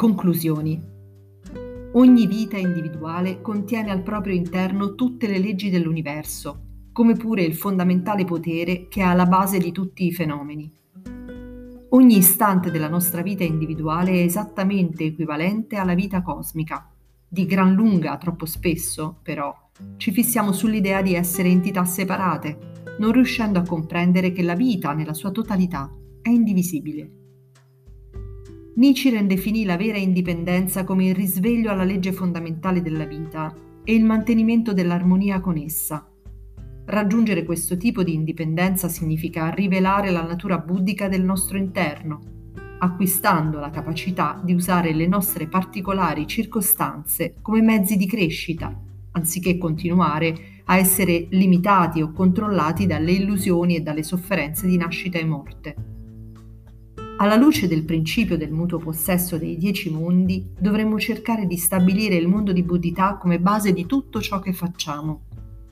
Conclusioni. Ogni vita individuale contiene al proprio interno tutte le leggi dell'universo, come pure il fondamentale potere che è alla base di tutti i fenomeni. Ogni istante della nostra vita individuale è esattamente equivalente alla vita cosmica. Di gran lunga, troppo spesso, però, ci fissiamo sull'idea di essere entità separate, non riuscendo a comprendere che la vita, nella sua totalità, è indivisibile. Nichiren definì la vera indipendenza come il risveglio alla legge fondamentale della vita e il mantenimento dell'armonia con essa. Raggiungere questo tipo di indipendenza significa rivelare la natura buddhica del nostro interno, acquistando la capacità di usare le nostre particolari circostanze come mezzi di crescita, anziché continuare a essere limitati o controllati dalle illusioni e dalle sofferenze di nascita e morte. Alla luce del principio del mutuo possesso dei 10 mondi, dovremmo cercare di stabilire il mondo di Buddhità come base di tutto ciò che facciamo.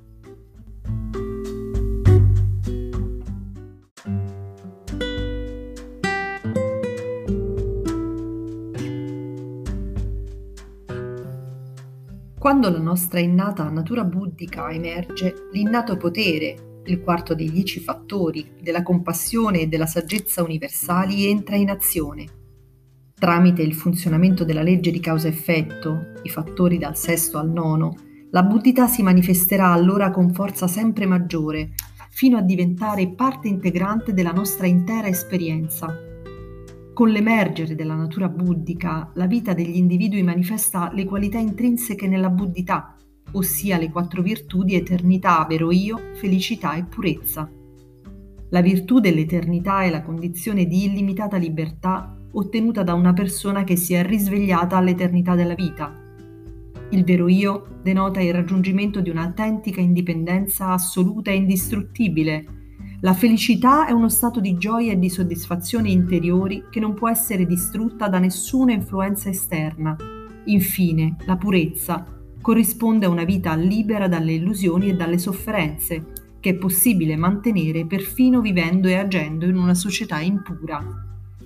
Quando la nostra innata natura buddhica emerge, l'innato potere, il quarto dei 10 fattori della compassione e della saggezza universali, entra in azione. Tramite il funzionamento della legge di causa-effetto, i fattori dal 6° al 9, la Buddhità si manifesterà allora con forza sempre maggiore, fino a diventare parte integrante della nostra intera esperienza. Con l'emergere della natura buddhica, la vita degli individui manifesta le qualità intrinseche nella Buddhità, ossia le 4 virtù di eternità, vero io, felicità e purezza. La virtù dell'eternità è la condizione di illimitata libertà ottenuta da una persona che si è risvegliata all'eternità della vita. Il vero io denota il raggiungimento di un'autentica indipendenza assoluta e indistruttibile. La felicità è uno stato di gioia e di soddisfazione interiori che non può essere distrutta da nessuna influenza esterna. Infine, la purezza corrisponde a una vita libera dalle illusioni e dalle sofferenze, che è possibile mantenere perfino vivendo e agendo in una società impura.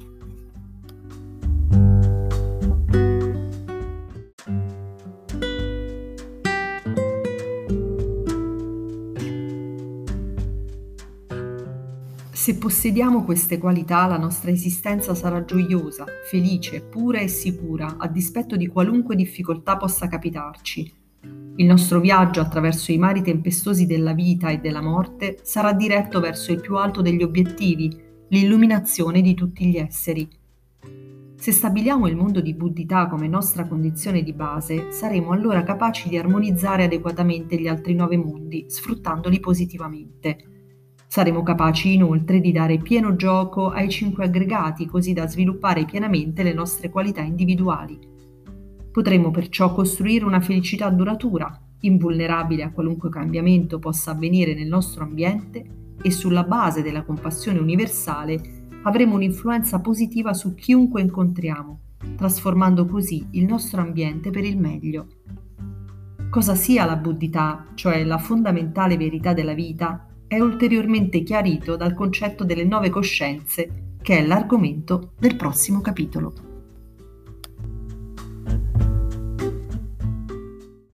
Se possediamo queste qualità, la nostra esistenza sarà gioiosa, felice, pura e sicura, a dispetto di qualunque difficoltà possa capitarci. Il nostro viaggio attraverso i mari tempestosi della vita e della morte sarà diretto verso il più alto degli obiettivi, l'illuminazione di tutti gli esseri. Se stabiliamo il mondo di Buddhità come nostra condizione di base, saremo allora capaci di armonizzare adeguatamente gli altri 9 mondi, sfruttandoli positivamente. Saremo capaci inoltre di dare pieno gioco ai 5 aggregati, così da sviluppare pienamente le nostre qualità individuali. Potremo perciò costruire una felicità duratura, invulnerabile a qualunque cambiamento possa avvenire nel nostro ambiente, e sulla base della compassione universale avremo un'influenza positiva su chiunque incontriamo, trasformando così il nostro ambiente per il meglio. Cosa sia la Buddhità, cioè la fondamentale verità della vita, è ulteriormente chiarito dal concetto delle 9 coscienze, che è l'argomento del prossimo capitolo.